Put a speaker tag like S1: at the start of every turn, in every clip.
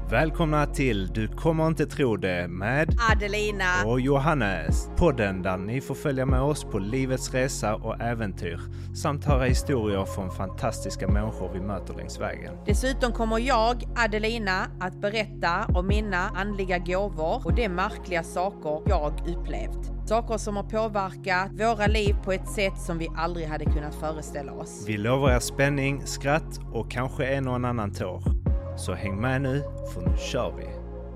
S1: Välkomna till Du kommer inte tro det med
S2: Adelina
S1: och Johannes. Podden där ni får följa med oss på livets resa och äventyr samt höra historier från fantastiska människor vi möter längs vägen.
S2: Dessutom kommer jag, Adelina, att berätta om mina andliga gåvor och de märkliga saker jag upplevt. Saker som har påverkat våra liv på ett sätt som vi aldrig hade kunnat föreställa oss.
S1: Vi lovar er spänning, skratt och kanske en och annan tår. Så häng med nu, för nu kör vi!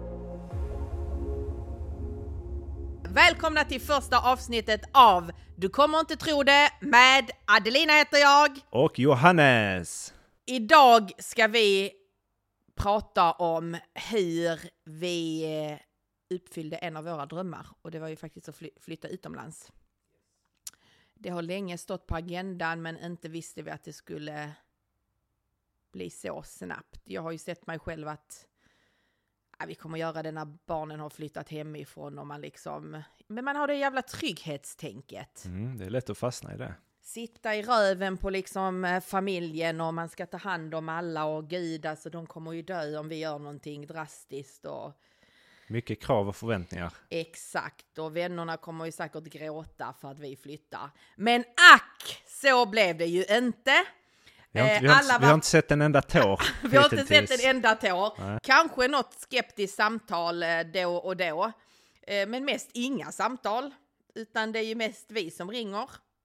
S2: Välkomna till första avsnittet av Du kommer inte tro det med Adelina heter jag.
S1: Och Johannes!
S2: Idag ska vi prata om hur vi uppfyllde en av våra drömmar. Och det var ju faktiskt att flytta utomlands. Det har länge stått på agendan men inte visste vi att det skulle bli så snabbt. Jag har ju sett mig själv att vi kommer göra det när barnen har flyttat hemifrån och man liksom, men man har det jävla trygghetstänket.
S1: Det är lätt att fastna i det.
S2: Sitta i röven på liksom familjen och man ska ta hand om alla och gud, alltså de kommer ju dö om vi gör någonting drastiskt och
S1: mycket krav och förväntningar.
S2: Exakt, och vännerna kommer ju säkert gråta för att vi flyttar. Men ack, så blev det ju inte.
S1: Vi har inte sett en enda tår.
S2: Vi har inte sett en enda tår.
S1: Nej.
S2: Kanske något skeptiskt samtal då och då. Men mest inga samtal. Utan det är ju mest vi som ringer.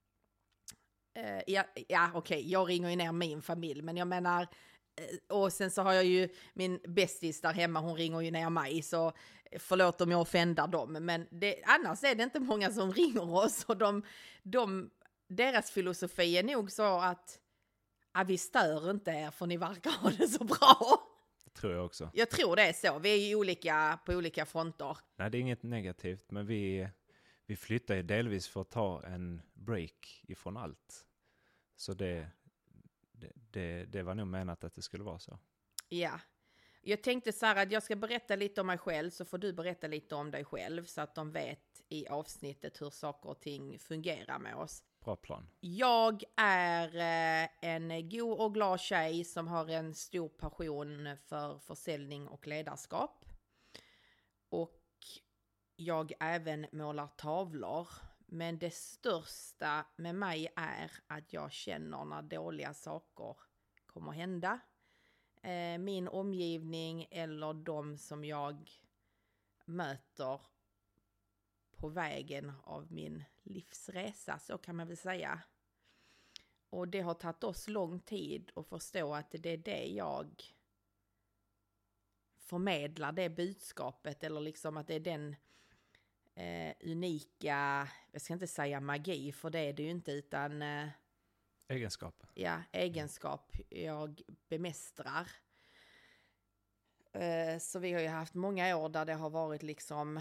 S2: Okej, jag ringer ju ner min familj. Men jag menar, och sen så har jag ju min bästis där hemma. Hon ringer ju ner mig. Så förlåt om jag offendar dem. Men annars är det inte många som ringer oss. Och deras filosofi är nog så att vi stör inte er för ni verkar ha det så bra.
S1: Det tror jag också.
S2: Jag tror det är så. Vi är ju på olika fronter.
S1: Nej, det är inget negativt. Men vi flyttar ju delvis för att ta en break ifrån allt. Så det var nog menat att det skulle vara så.
S2: Ja. Jag tänkte så här att jag ska berätta lite om mig själv. Så får du berätta lite om dig själv. Så att de vet i avsnittet hur saker och ting fungerar med oss.
S1: Bra plan.
S2: Jag är en god och glad tjej som har en stor passion för försäljning och ledarskap. Och jag även målar tavlor. Men det största med mig är att jag känner när dåliga saker kommer hända. Min omgivning eller de som jag möter på vägen av min livsresa, så kan man väl säga. Och det har tagit oss lång tid att förstå att det är det jag förmedlar, det budskapet, eller liksom att det är den unika, jag ska inte säga magi för det är det ju inte, utan
S1: Egenskap.
S2: Ja, egenskap jag bemästrar. Så vi har ju haft många år där det har varit liksom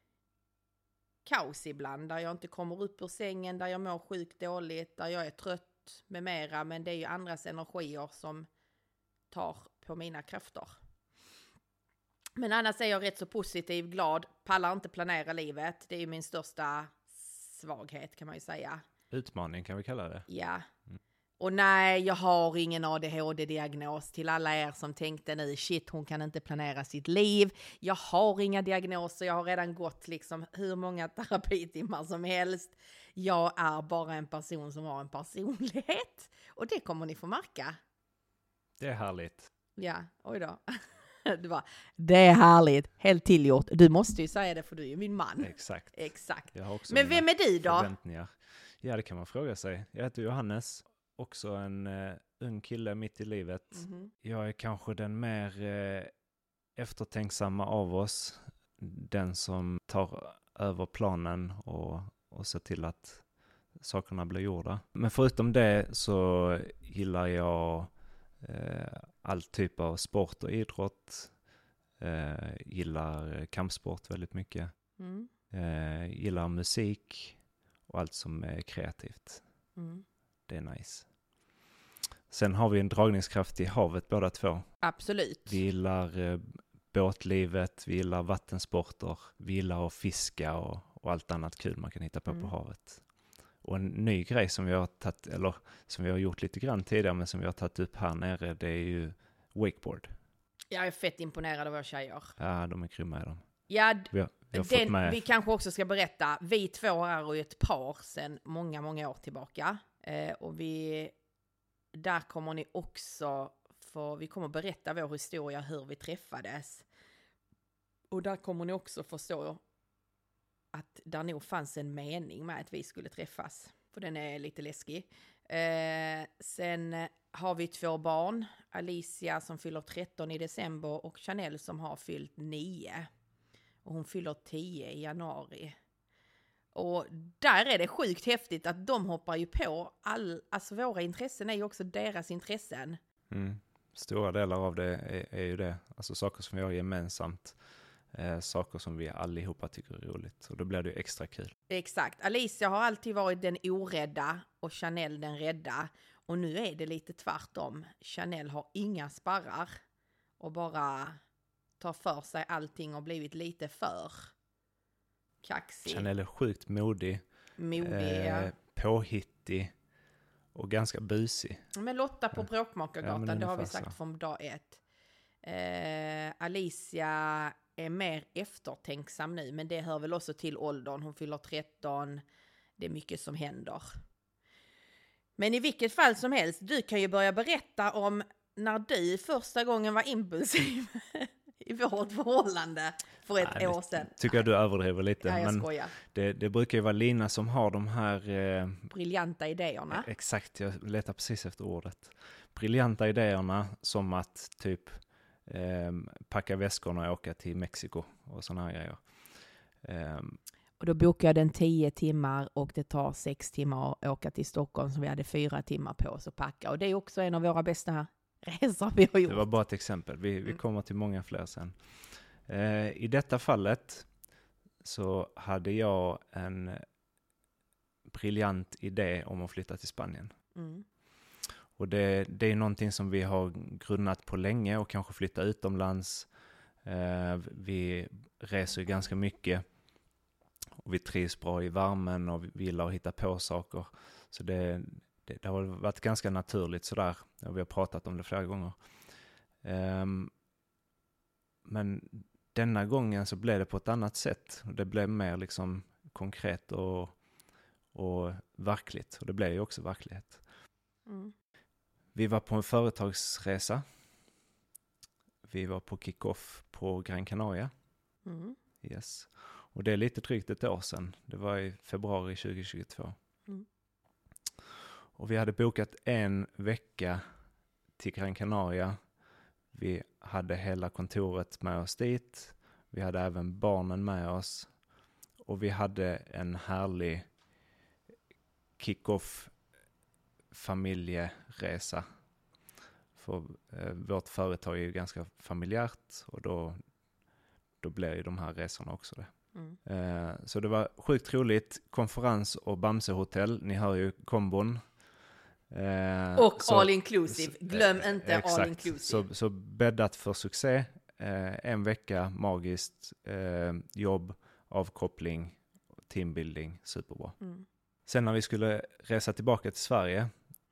S2: kaos ibland, där jag inte kommer upp ur sängen, där jag mår sjukt dåligt, där jag är trött med mera, men det är ju andras energier som tar på mina krafter. Men annars är jag rätt så positiv, glad, pallar inte planera livet, det är ju min största svaghet kan man ju säga.
S1: Utmaning kan vi kalla det.
S2: Ja. Och nej, jag har ingen ADHD-diagnos till alla er som tänkte nu, shit hon kan inte planera sitt liv. Jag har inga diagnoser, jag har redan gått liksom hur många terapitimmar som helst. Jag är bara en person som har en personlighet. Och det kommer ni få märka.
S1: Det är härligt.
S2: Ja, oj då. Det är härligt, helt tillgjort. Du måste ju säga det för du är ju min man. Exakt.
S1: Jag har också
S2: men vem är du då?
S1: Förväntningar. Ja, det kan man fråga sig. Jag heter Johannes. Också en ung kille mitt i livet. Mm-hmm. Jag är kanske den mer eftertänksamma av oss. Den som tar över planen och ser till att sakerna blir gjorda. Men förutom det så gillar jag all typ av sport och idrott. Gillar kampsport väldigt mycket. Mm. Gillar musik och allt som är kreativt. Mm. Det är nice. Sen har vi en dragningskraft i havet båda två.
S2: Absolut.
S1: Vi gillar båtlivet, vi gillar vattensporter, vi gillar att fiska och allt annat kul man kan hitta på havet. Och en ny grej som vi har tagit, eller som vi har gjort lite grann tidigare men som vi har tagit upp här nere, det är ju wakeboard.
S2: Jag är fett imponerad av våra tjejer.
S1: Ja, de är grymma i dem.
S2: Ja,
S1: Vi har fått med...
S2: vi kanske också ska berätta. Vi två är ju ett par sedan många, många år tillbaka. Och där kommer ni också vi kommer berätta vår historia, hur vi träffades. Och där kommer ni också förstå att där nog fanns en mening med att vi skulle träffas. För den är lite läskig. Sen har vi 2 barn. Alicia som fyller 13 i december och Chanel som har fyllt 9. Och hon fyller 10 i januari. Och där är det sjukt häftigt att de hoppar ju på alltså våra intressen är ju också deras intressen.
S1: Stora delar av det är ju det. Alltså saker som vi har gemensamt. Saker som vi allihopa tycker är roligt. Och då blir det ju extra kul.
S2: Exakt. Alicia har alltid varit den orädda och Chanel den rädda. Och nu är det lite tvärtom. Chanel har inga sparrar och bara tar för sig allting och blivit lite för kaxig.
S1: Chanel är sjukt modig. Påhittig och ganska busig.
S2: Men Lotta på Bråkmakargatan,
S1: ja,
S2: det har vi sagt från dag 1. Alicia är mer eftertänksam nu, men det hör väl också till åldern. Hon fyller 13, det är mycket som händer. Men i vilket fall som helst, du kan ju börja berätta om när du första gången var impulsiv i vårt förhållande för ett år sedan.
S1: Tycker jag du överdriver lite.
S2: Ja, jag
S1: men
S2: skojar.
S1: Det brukar ju vara Lina som har de här...
S2: briljanta idéerna.
S1: Exakt, jag letar precis efter ordet. Briljanta idéerna som att typ packa väskorna och åka till Mexiko och såna här grejer.
S2: Och då bokade jag den 10 timmar och det tar 6 timmar att åka till Stockholm som vi hade 4 timmar på oss att packa. Och det är också en av våra bästa resor vi har gjort.
S1: Det var bara ett exempel. Vi kommer till många fler sen. I detta fallet så hade jag en briljant idé om att flytta till Spanien. Och det är någonting som vi har grunnat på länge och kanske flytta utomlands. Vi reser ganska mycket och vi trivs bra i värmen och vi gillar att hitta på saker. Så det har varit ganska naturligt sådär. Och vi har pratat om det flera gånger. Men denna gången så blev det på ett annat sätt. Det blev mer liksom konkret och verkligt. Och det blev ju också verklighet. Vi var på en företagsresa. Vi var på kick-off på Gran Canaria. Yes. Och det är lite drygt ett år sedan. Det var i februari 2022. Och vi hade bokat 1 vecka till Gran Canaria. Vi hade hela kontoret med oss dit. Vi hade även barnen med oss. Och vi hade en härlig kick-off familjeresa. För vårt företag är ju ganska familjärt och då blir ju de här resorna också det. Så det var sjukt roligt. Konferens och Bamsehotell. Ni hör ju kombon.
S2: Och all inclusive. Glöm inte
S1: exakt.
S2: All inclusive.
S1: Så bäddat för succé. 1 vecka, magiskt. Jobb, avkoppling, teambuilding. Superbra. Sen när vi skulle resa tillbaka till Sverige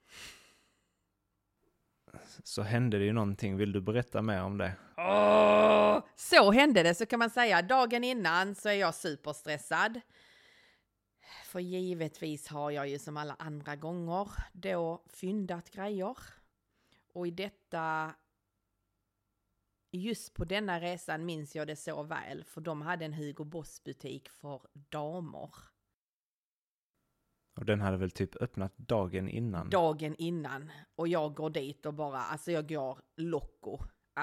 S1: så hände det ju någonting. Vill du berätta mer om det?
S2: Så hände det, så kan man säga. Dagen innan så är jag superstressad. För givetvis har jag ju som alla andra gånger då fyndat grejer. Och just på denna resan minns jag det så väl. För de hade en Hugo Boss-butik för damer.
S1: Och den hade väl typ öppnat dagen innan?
S2: Dagen innan. Och jag går dit och bara, alltså jag går loco.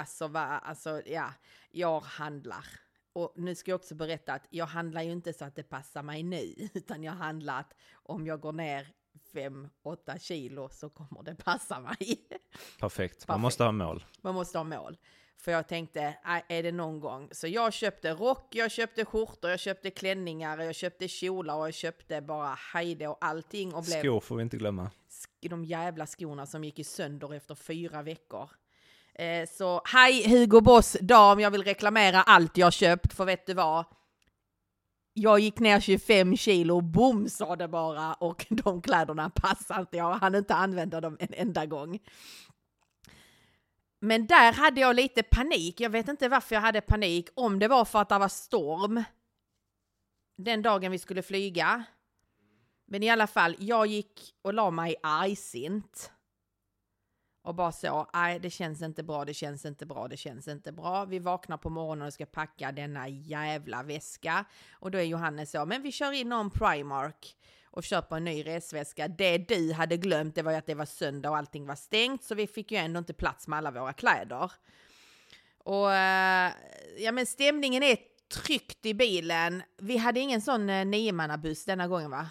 S2: Jag handlar. Och nu ska jag också berätta att jag handlar ju inte så att det passar mig nu. Utan jag handlar att om jag går ner 5-8 kilo så kommer det passa mig.
S1: Perfekt. Man måste ha mål.
S2: Man måste ha mål. För jag tänkte, är det någon gång? Så jag köpte rock, jag köpte skjortor, jag köpte klänningar, jag köpte kjolar och jag köpte bara hejde och allting. Och
S1: skor får vi inte glömma.
S2: De jävla skorna som gick i sönder efter 4 veckor. Så hej Hugo Boss dam, jag vill reklamera allt jag köpt. För vet du vad? Jag gick ner 25 kilo, boom sa det bara. Och de kläderna passar inte. Jag hann inte använda dem en enda gång. Men där hade jag lite panik. Jag vet inte varför jag hade panik. Om det var för att det var storm den dagen vi skulle flyga. Men i alla fall, jag gick och la mig argsint. Och bara så, nej det känns inte bra, det känns inte bra, det känns inte bra. Vi vaknar på morgonen och ska packa denna jävla väska. Och då är Johannes så, men vi kör in om Primark och köper en ny resväska. Det du hade glömt, det var ju att det var söndag och allting var stängt. Så vi fick ju ändå inte plats med alla våra kläder. Och ja, men stämningen är tryckt i bilen. Vi hade ingen sån 9-mannabuss denna gången, va?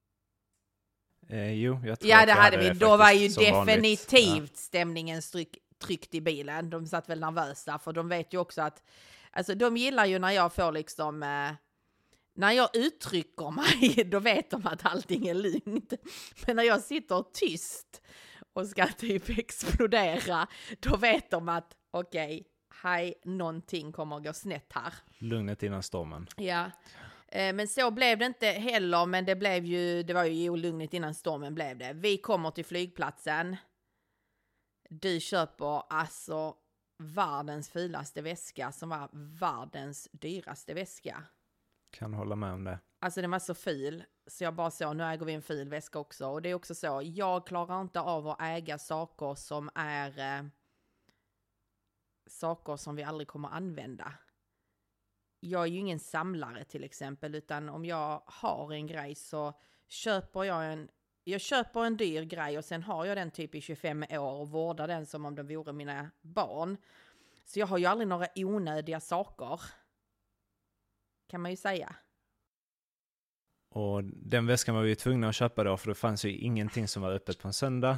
S1: Jo, jag tror
S2: ja,
S1: att
S2: det hade vi. Då var ju definitivt stämningen tryckt i bilen. De satt väl nervösa, för de vet ju också att alltså, de gillar ju när jag får liksom när jag uttrycker mig, då vet de att allting är lugnt. Men när jag sitter tyst och ska typ explodera, då vet de att okej, hej, någonting kommer att gå snett här.
S1: Lugnet innan stormen.
S2: Ja. Men så blev det inte heller, men det var ju lugnet innan stormen blev det. Vi kommer till flygplatsen. Du köper alltså världens fulaste väska som var världens dyraste väska.
S1: Kan hålla med om det.
S2: Alltså den var så ful, så jag bara så, nu äger vi en ful väska också. Och det är också så, jag klarar inte av att äga saker som är saker som vi aldrig kommer använda. Jag är ju ingen samlare till exempel, utan om jag har en grej så köper jag köper en dyr grej och sen har jag den typ i 25 år och vårdar den som om de vore mina barn. Så jag har ju aldrig några onödiga saker, kan man ju säga.
S1: Och den väskan var vi tvungna att köpa då, för det fanns ju ingenting som var öppet på en söndag.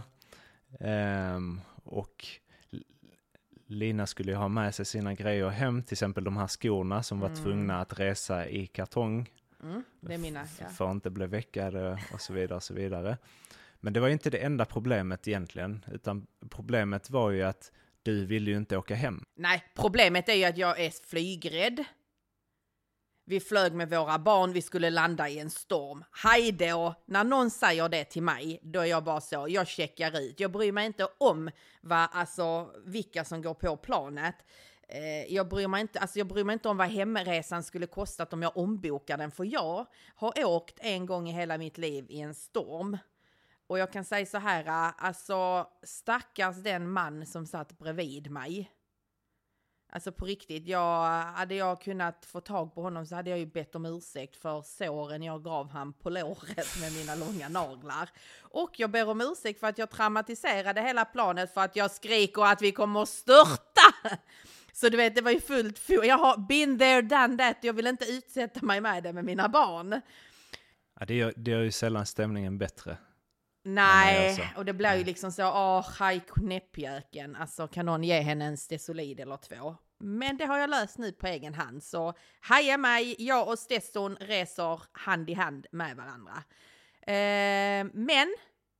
S1: Och Lina skulle ju ha med sig sina grejer hem, till exempel de här skorna som var tvungna att resa i kartong.
S2: Det är mina, ja.
S1: För att inte bli väckade och så vidare och så vidare. Men det var ju inte det enda problemet egentligen, utan problemet var ju att du ville ju inte åka hem.
S2: Nej, problemet är ju att jag är flygrädd. Vi flög med våra barn, vi skulle landa i en storm. Hej då! När någon säger det till mig, då är jag bara så, jag checkar ut. Jag bryr mig inte om vilka som går på planet. Jag bryr mig inte om vad hemresan skulle kostat om jag ombokar den. För jag har åkt en gång i hela mitt liv i en storm. Och jag kan säga så här, alltså stackars den man som satt bredvid mig. Alltså på riktigt, hade jag kunnat få tag på honom så hade jag ju bett om ursäkt för såren jag gav han på låret med mina långa naglar. Och jag ber om ursäkt för att jag traumatiserade hela planet för att jag skriker att vi kommer att störta. Så du vet, det var ju fullt. Jag har been there, done that. Jag vill inte utsätta mig med det med mina barn.
S1: Ja, det gör ju sällan stämningen bättre.
S2: Nej, och det blir ju liksom så, hej knäppjöken. Alltså kan någon ge henne en Stesolid eller 2? Men det har jag löst nu på egen hand. Så heja mig, jag och Stesson reser hand i hand med varandra. Men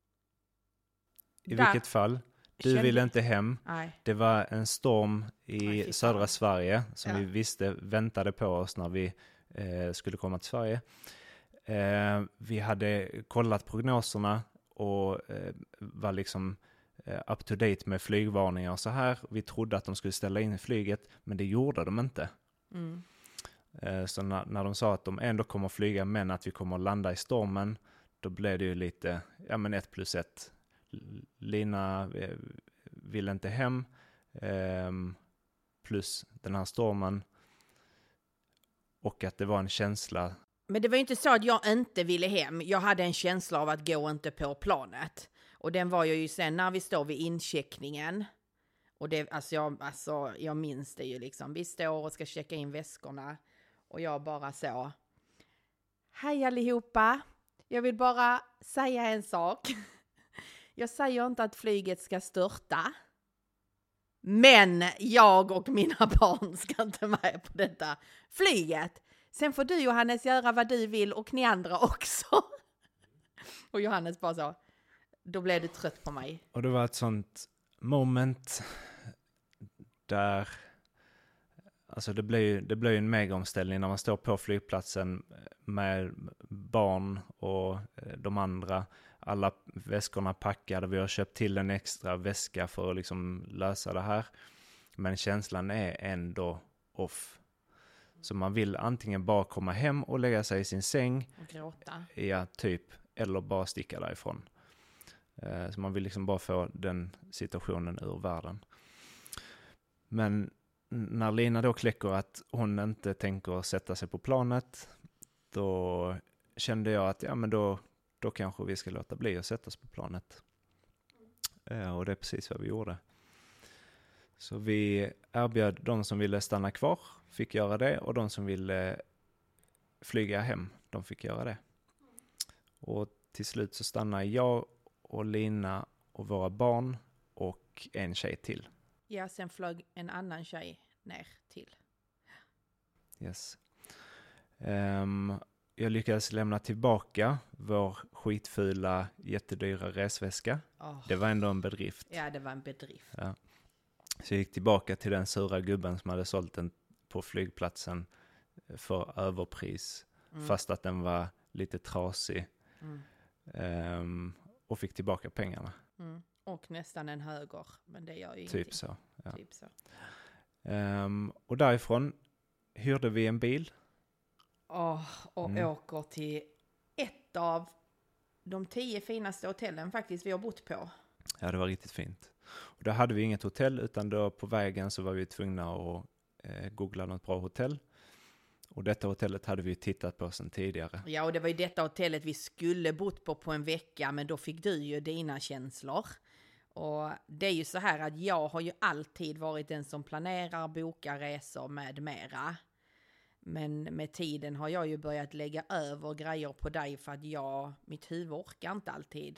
S1: i vilket fall, du ville inte hem.
S2: Nej.
S1: Det var en storm i södra Sverige som vi visste väntade på oss när vi skulle komma till Sverige. Vi hade kollat prognoserna och var liksom up to date med flygvarningar och så här. Vi trodde att de skulle ställa in flyget, men det gjorde de inte. Så när de sa att de ändå kommer flyga, men att vi kommer att landa i stormen, då blev det ju lite, 1+1. Lina ville inte hem, plus den här stormen, och att det var en känsla.
S2: Men det var ju inte så att jag inte ville hem. Jag hade en känsla av att gå inte på planet. Och den var ju sen när vi står vid incheckningen. Och det, jag minns det ju liksom. Vi står och ska checka in väskorna. Och jag bara så. Hej allihopa. Jag vill bara säga en sak. Jag säger inte att flyget ska störta. Men jag och mina barn ska inte med på detta flyget. Sen får du, Johannes, göra vad du vill och ni andra också. Och Johannes bara så, då blev du trött på mig.
S1: Och det var ett sånt moment där, alltså det blir ju en megaomställning när man står på flygplatsen med barn och de andra. alla väskorna packade. Vi har köpt till en extra väska för att liksom lösa det här. Men känslan är ändå off. Så man vill antingen bara komma hem och lägga sig i sin säng.
S2: Och gråta.
S1: Ja, typ. Eller bara sticka därifrån. Så man vill liksom bara få den situationen ur världen. Men när Lina då kläcker att hon inte tänker sätta sig på planet, då kände jag att ja, men då kanske vi ska låta bli att sätta oss på planet. Och det är precis vad vi gjorde. Så vi erbjöd de som ville stanna kvar, fick göra det. Och de som ville flyga hem, de fick göra det. Och till slut så stannade jag och Lina och våra barn och en tjej till.
S2: Ja, sen flög en annan tjej ner till.
S1: Yes. Jag lyckades lämna tillbaka vår skitfula, jättedyra resväska. Det var ändå en bedrift.
S2: Ja, det var en bedrift.
S1: Ja. Så jag gick tillbaka till den sura gubben som hade sålt den på flygplatsen för överpris. Fast att den var lite trasig. Och fick tillbaka pengarna.
S2: Och nästan en höger, men det gör ju
S1: typ
S2: ingenting.
S1: Så, ja.
S2: Typ så.
S1: Och därifrån hyrde vi en bil.
S2: Åker till ett av de 10 finaste hotellen faktiskt vi har bott på.
S1: Ja, det var riktigt fint. Och då hade vi inget hotell, utan då på vägen så var vi tvungna att googla något bra hotell. Och detta hotellet hade vi tittat på sedan tidigare.
S2: Ja, och det var ju detta hotellet vi skulle bott på en vecka, men då fick du ju dina känslor. Och det är ju så här att jag har ju alltid varit den som planerar, bokar resor med mera. Men med tiden har jag ju börjat lägga över grejer på dig för att mitt huvud orkar inte alltid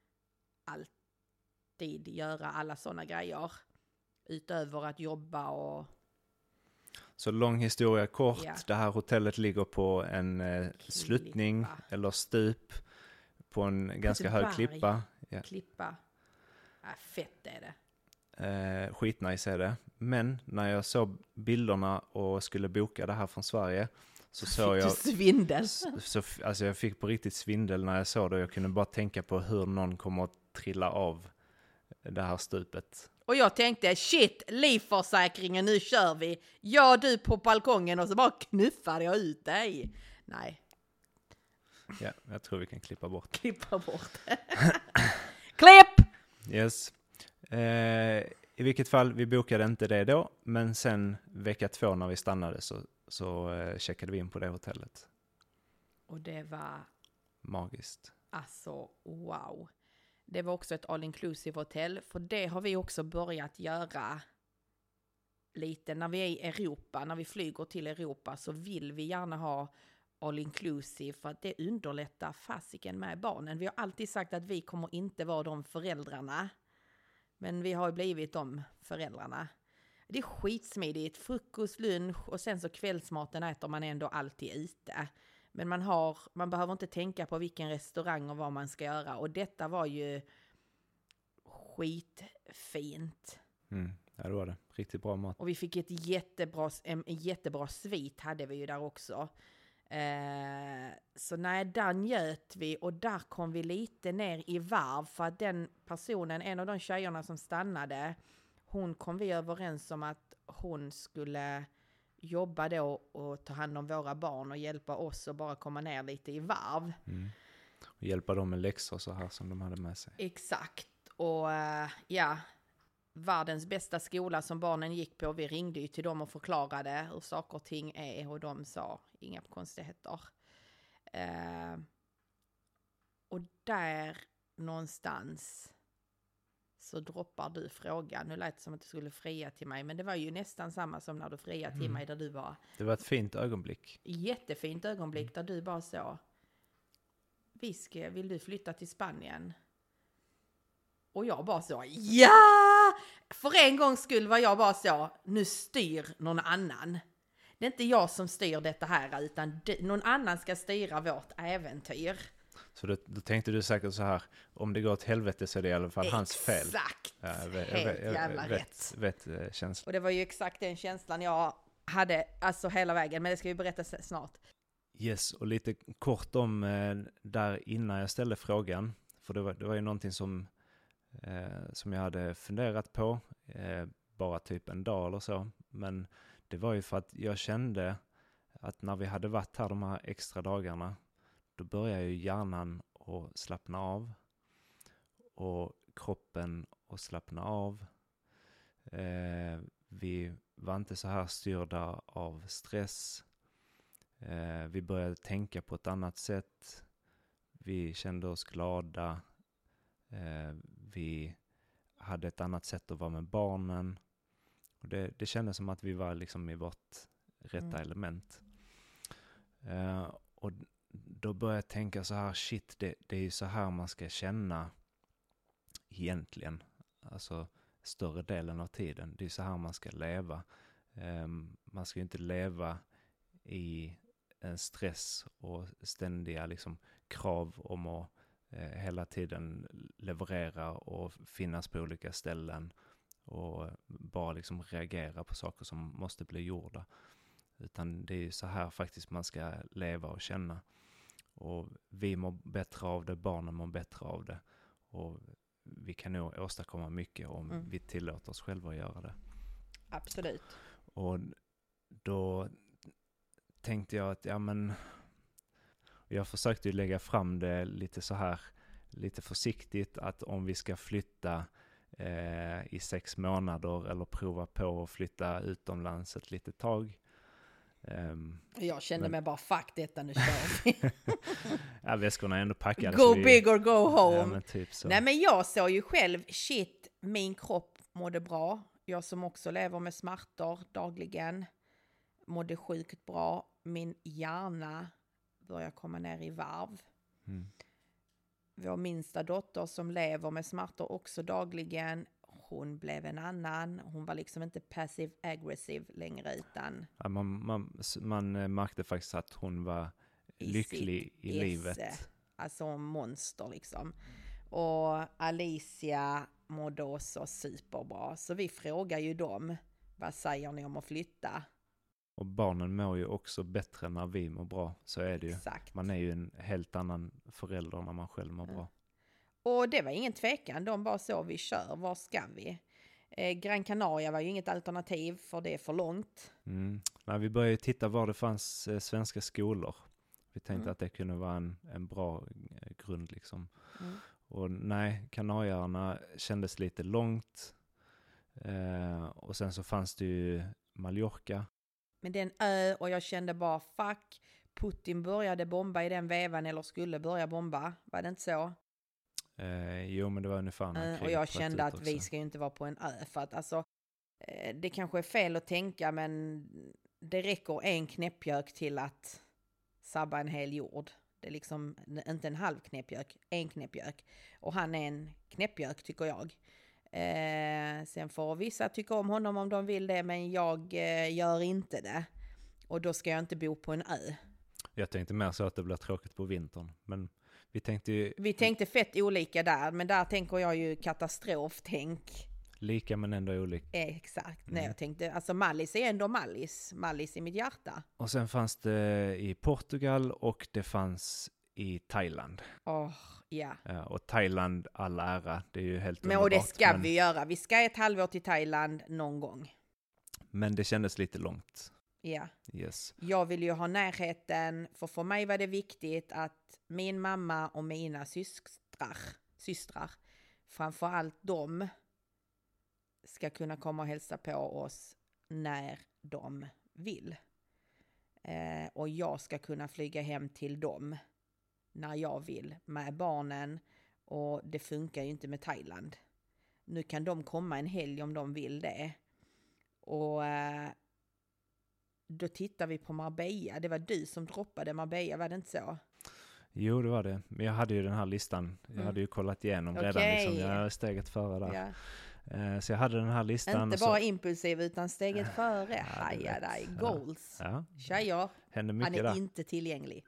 S2: göra alla sådana grejer. Utöver att jobba och...
S1: Så lång historia kort, Det här hotellet ligger på en sluttning eller stup på en ganska hög klippa. Ja.
S2: Klippa. Fett är det.
S1: Skitnice är det. Men när jag såg bilderna och skulle boka det här från Sverige så såg jag...
S2: svindel.
S1: Alltså jag fick på riktigt svindel när jag såg det. Jag kunde bara tänka på hur någon kommer att trilla av det här stupet.
S2: Och jag tänkte, shit, livförsäkringen, nu kör vi. Jag du på balkongen och så bara knuffar jag ut dig. Nej.
S1: Ja, jag tror vi kan klippa bort.
S2: Klippa bort. Klipp!
S1: Yes. I vilket fall, vi bokade inte det då. Men sen vecka 2 när vi stannade så checkade vi in på det hotellet.
S2: Och det var...
S1: magiskt.
S2: Alltså, wow. Det var också ett all-inclusive hotell. För det har vi också börjat göra lite när vi är i Europa. När vi flyger till Europa så vill vi gärna ha all-inclusive för att det underlättar fasiken med barnen. Vi har alltid sagt att vi kommer inte vara de föräldrarna. Men vi har blivit de föräldrarna. Det är skitsmidigt. Frukost, lunch och sen så kvällsmaten äter man ändå alltid ute. Men man behöver inte tänka på vilken restaurang och vad man ska göra. Och detta var ju skitfint.
S1: Ja, det var det. Riktigt bra mat.
S2: Och vi fick en jättebra svit hade vi ju där också. Så nej, där njöt vi och där kom vi lite ner i varv. För att den personen, en av de tjejerna som stannade, hon kom vi överens om att hon skulle... jobba då och ta hand om våra barn och hjälpa oss att bara komma ner lite i varv.
S1: Och hjälpa dem med läxor så här som de hade med sig.
S2: Exakt. Och världens bästa skola som barnen gick på. Vi ringde ju till dem och förklarade hur saker och ting är och de sa inga konstigheter. Och där någonstans så droppar du frågan. Nu lät det som att du skulle fria till mig. Men det var ju nästan samma som när du friade till mig där du var.
S1: Det var ett fint ögonblick.
S2: Jättefint ögonblick där du bara så. Vill du flytta till Spanien? Och jag bara så. Ja! För en gångs skull var jag bara så. Nu styr någon annan. Det är inte jag som styr detta här. Utan någon annan ska styra vårt äventyr.
S1: Så då tänkte du säkert så här, om det går åt helvete så är det i alla fall hans fel.
S2: Exakt,
S1: helt
S2: jävla rätt.
S1: Vet känslan.
S2: Och det var ju exakt den känslan jag hade, alltså hela vägen, men det ska vi berätta snart.
S1: Yes, och lite kort om där innan jag ställde frågan. För det var ju någonting som jag hade funderat på bara typ en dag eller så. Men det var ju för att jag kände att när vi hade varit här de här extra dagarna, då började ju hjärnan att slappna av och kroppen att slappna av. Vi var inte så här styrda av stress. Vi började tänka på ett annat sätt. Vi kände oss glada. Vi hade ett annat sätt att vara med barnen. Och det kändes som att vi var liksom i vårt rätta element. Och då började jag tänka så här, shit, det är ju så här man ska känna egentligen. Alltså större delen av tiden. Det är så här man ska leva. Man ska ju inte leva i en stress och ständiga liksom krav om att hela tiden leverera och finnas på olika ställen och bara liksom reagera på saker som måste bli gjorda. Utan det är ju så här faktiskt man ska leva och känna. Och vi mår bättre av det, barnen mår bättre av det. Och vi kan nog åstadkomma mycket om vi tillåter oss själva att göra det.
S2: Absolut.
S1: Och då tänkte jag att jag försökte ju lägga fram det lite så här, lite försiktigt, att om vi ska flytta i 6 månader eller prova på att flytta utomlands ett litet tag.
S2: Jag kände mig bara, fuck detta, nu kör vi.
S1: Ja, väskorna är ändå packade.
S2: Go big or go home.
S1: Ja, men typ så.
S2: Nej, men jag såg ju själv, shit, min kropp mådde bra. Jag som också lever med smärtor dagligen mådde sjukt bra. Min hjärna börjar komma ner i varv. Vår minsta dotter som lever med smärtor också dagligen, hon blev en annan. Hon var liksom inte passive aggressive längre, utan
S1: ja, man märkte faktiskt att hon var lycklig i livet.
S2: Alltså monster liksom. Och Alicia mådde också superbra. Så vi frågar ju dem, vad säger ni om att flytta?
S1: Och barnen mår ju också bättre när vi mår bra. Så är det ju.
S2: Exakt.
S1: Man är ju en helt annan förälder när man själv mår bra.
S2: Och det var ingen tvekan. De bara så, vi kör. Var ska vi? Gran Canaria var ju inget alternativ, för det är för långt.
S1: Nej, vi började titta var det fanns svenska skolor. Vi tänkte att det kunde vara en bra grund liksom. Och nej, Kanarieöarna kändes lite långt. Och sen så fanns det ju Mallorca.
S2: Men det är en ö och jag kände bara, fuck, Putin började bomba i den vevan, eller skulle börja bomba. Var det inte så?
S1: Jo, men det var ungefär
S2: och jag kände att vi ska ju inte vara på en ö. För att alltså, det kanske är fel att tänka, men det räcker en knäppjök till att sabba en hel jord. Det är liksom inte en halv knäppjök, en knäppjök. Och han är en knäppjök, tycker jag. Sen får vissa tycka om honom om de vill det, men jag gör inte det. Och då ska jag inte bo på en ö. Jag
S1: tänkte mer så att det blir tråkigt på vintern, men vi
S2: tänkte fett olika där, men där tänker jag ju katastroftänk.
S1: Lika men ändå olika.
S2: Exakt. Nej, jag tänkte, alltså Mallis är ändå Mallis i mitt hjärta.
S1: Och sen fanns det i Portugal och det fanns i Thailand.
S2: Ja.
S1: Och Thailand, all ära, det är ju helt
S2: underbart. Och det ska vi göra. Vi ska ett halvår till Thailand någon gång.
S1: Men det kändes lite långt.
S2: Ja.
S1: Yes.
S2: Jag vill ju ha närheten, för mig var det viktigt att min mamma och mina systrar, framförallt de, ska kunna komma och hälsa på oss när de vill. Och jag ska kunna flyga hem till dem när jag vill med barnen, och det funkar ju inte med Thailand. Nu kan de komma en helg om de vill det. Och då tittar vi på Marbella. Det var du som droppade Marbella, var det inte så?
S1: Jo, det var det. Men jag hade ju den här listan. Jag hade ju kollat igenom redan. Liksom. Jag är steget före där. Ja. Så jag hade den här listan.
S2: Inte bara impulsiv, utan steget före. Haja dig. Goals.
S1: Ja.
S2: Tjejer.
S1: Händer mycket
S2: han är
S1: där.
S2: Inte tillgänglig.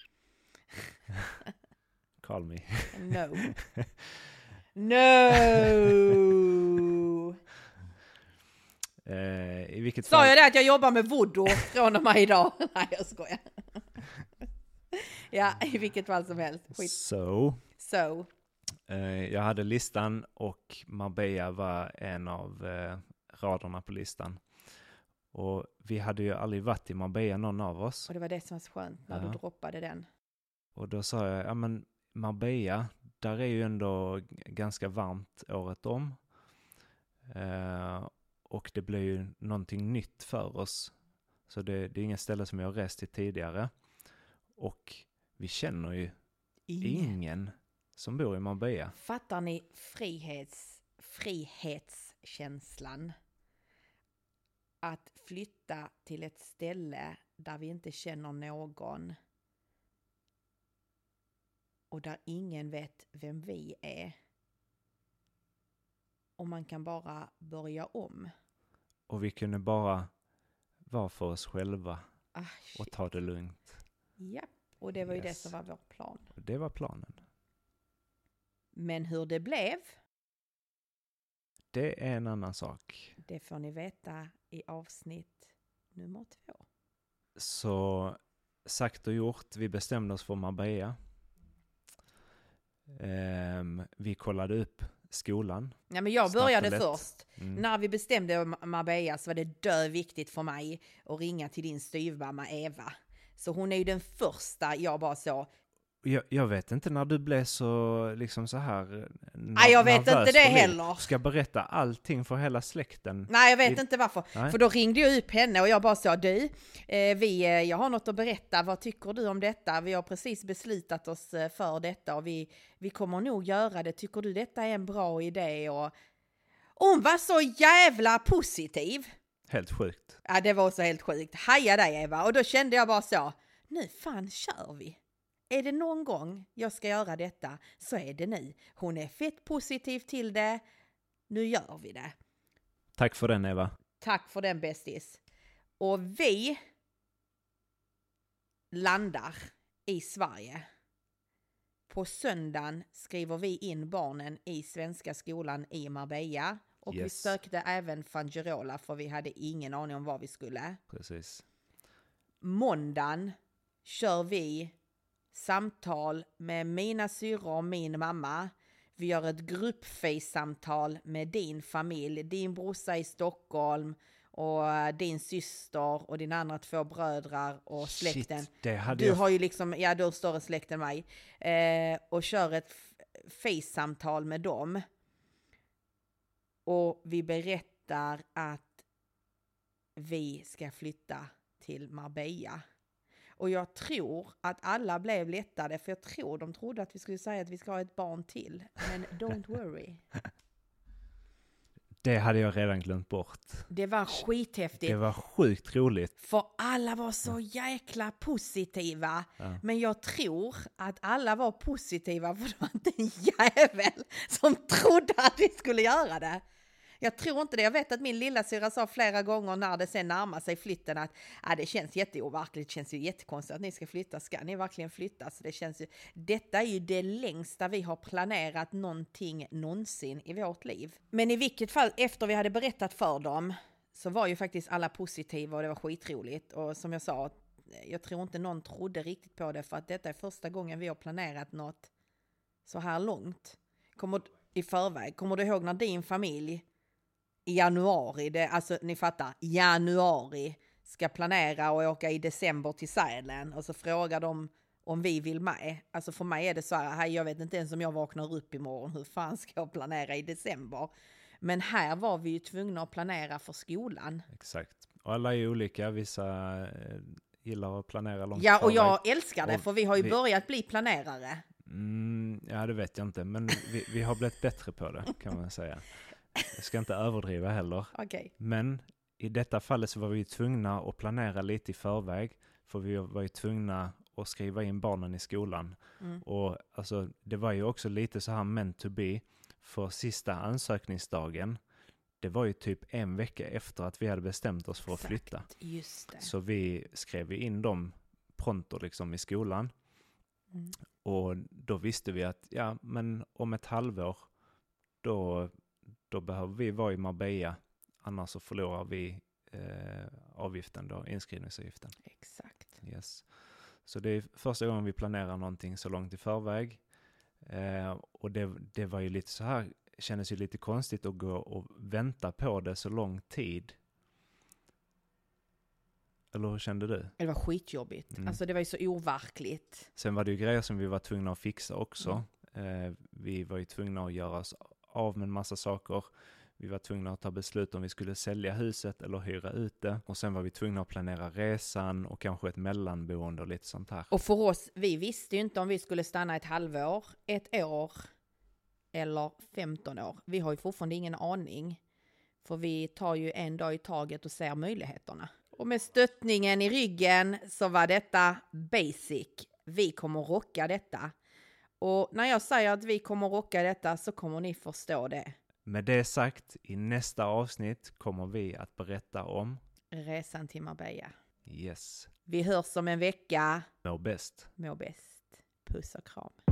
S1: Call me.
S2: No. No!
S1: I vilket
S2: Sa
S1: fall...
S2: jag det att jag jobbar med voodoo från och med idag? Nej, jag skojar. Ja, i vilket fall som helst. Skit.
S1: So. Jag hade listan och Marbella var en av raderna på listan. Och vi hade ju aldrig varit i Marbella någon av oss.
S2: Och det var det som var så skönt när du droppade den.
S1: Och då sa jag, ja men Marbella, där är ju ändå ganska varmt året om. Och det blir ju någonting nytt för oss. Så det är inget ställe som jag har rest till tidigare. Och vi känner ju ingen som bor i Marbella.
S2: Fattar ni frihetskänslan? Att flytta till ett ställe där vi inte känner någon. Och där ingen vet vem vi är. Och man kan bara börja om.
S1: Och vi kunde bara vara för oss själva och ta det lugnt.
S2: Ja, och det var ju det som var vår plan.
S1: Det var planen.
S2: Men hur det blev,
S1: det är en annan sak.
S2: Det får ni veta i avsnitt nummer 2.
S1: Så sagt och gjort, vi bestämde oss för Marbella. Vi kollade upp skolan.
S2: Ja, men jag började
S1: lätt.
S2: Först. När vi bestämde Marbella så var det viktigt för mig att ringa till din styvmamma Eva. Så hon är ju den första jag bara så.
S1: Jag vet inte när du blev så liksom så här.
S2: Nej, jag vet inte det heller.
S1: Ska berätta allting för hela släkten.
S2: Nej, jag vet inte varför. Nej. För då ringde jag upp henne och jag bara sa, jag har något att berätta. Vad tycker du om detta? Vi har precis beslutat oss för detta och vi kommer nog göra det. Tycker du detta är en bra idé? Och hon var så jävla positiv.
S1: Helt sjukt.
S2: Ja, det var så helt sjukt. Haja dig Eva. Och då kände jag bara så, nu fan kör vi. Är det någon gång jag ska göra detta så är det nu. Hon är fett positiv till det. Nu gör vi det.
S1: Tack för den Eva.
S2: Tack för den bästis. Och vi landar i Sverige. På söndagen skriver vi in barnen i svenska skolan i Marbella. Och vi sökte även Fuengirola för vi hade ingen aning om vad vi skulle.
S1: Precis.
S2: Måndagen kör vi samtal med mina syrror och min mamma. Vi gör ett gruppface-samtal med din familj. Din brorsa i Stockholm och din syster och dina andra 2 brödrar och släkten. Du har ju liksom, du har större släkt än mig. Och kör ett face-samtal med dem. Och vi berättar att vi ska flytta till Marbella. Och jag tror att alla blev lättade, för jag tror de trodde att vi skulle säga att vi ska ha ett barn till. Men don't worry.
S1: Det hade jag redan glömt bort.
S2: Det var skithäftigt.
S1: Det var sjukt roligt.
S2: För alla var så jäkla positiva. Ja. Men jag tror att alla var positiva för det var inte en jävel som trodde att vi skulle göra det. Jag tror inte det. Jag vet att min lilla syra sa flera gånger när det sen närmar sig flytten att det känns jätteoverkligt. Det känns ju jättekonstigt att ni ska flytta. Ska ni verkligen flytta? Så det känns ju, detta är ju det längsta vi har planerat någonting någonsin i vårt liv. Men i vilket fall, efter vi hade berättat för dem så var ju faktiskt alla positiva och det var skitroligt. Och som jag sa, jag tror inte någon trodde riktigt på det för att detta är första gången vi har planerat något så här långt. I förväg. Kommer du ihåg när din familj i januari, alltså ni fattar, januari ska planera och åka i december till Sälen och så frågar de om vi vill med. Alltså för mig är det så här, jag vet inte ens om jag vaknar upp imorgon, hur fan ska jag planera i december? Men här var vi ju tvungna att planera för skolan.
S1: Exakt, och alla är olika, vissa gillar att planera långt.
S2: Ja, och jag älskar det, för vi har ju börjat bli planerare.
S1: Ja, det vet jag inte, men vi har blivit bättre på det kan man säga. Jag ska inte överdriva heller.
S2: Okay.
S1: Men i detta fallet så var vi tvungna att planera lite i förväg. För vi var ju tvungna att skriva in barnen i skolan. Och alltså, det var ju också lite så här meant to be. För sista ansökningsdagen, det var ju typ en vecka efter att vi hade bestämt oss för att flytta.
S2: Just det.
S1: Så vi skrev in dem pronto liksom i skolan. Och då visste vi att men om ett halvår då behöver vi vara i Marbella, annars så förlorar vi avgiften då, inskrivningsavgiften.
S2: Exakt.
S1: Yes. Så det är första gången vi planerar någonting så långt i förväg. Och det var ju lite så här, kändes ju lite konstigt att gå och vänta på det så lång tid. Eller hur kände du?
S2: Det var skitjobbigt. Alltså det var ju så overkligt.
S1: Sen var det ju grejer som vi var tvungna att fixa också. Vi var ju tvungna att göra oss av med en massa saker. Vi var tvungna att ta beslut om vi skulle sälja huset eller hyra ut det. Och sen var vi tvungna att planera resan och kanske ett mellanboende och lite sånt här.
S2: Och för oss, vi visste ju inte om vi skulle stanna ett halvår, ett år eller 15 år. Vi har ju fortfarande ingen aning. För vi tar ju en dag i taget och ser möjligheterna. Och med stöttningen i ryggen så var detta basic. Vi kommer rocka detta. Och när jag säger att vi kommer rocka detta så kommer ni förstå det.
S1: Med det sagt, i nästa avsnitt kommer vi att berätta om
S2: resan till Marbella.
S1: Yes.
S2: Vi hörs om en vecka.
S1: Må bäst.
S2: Må bäst. Puss och kram.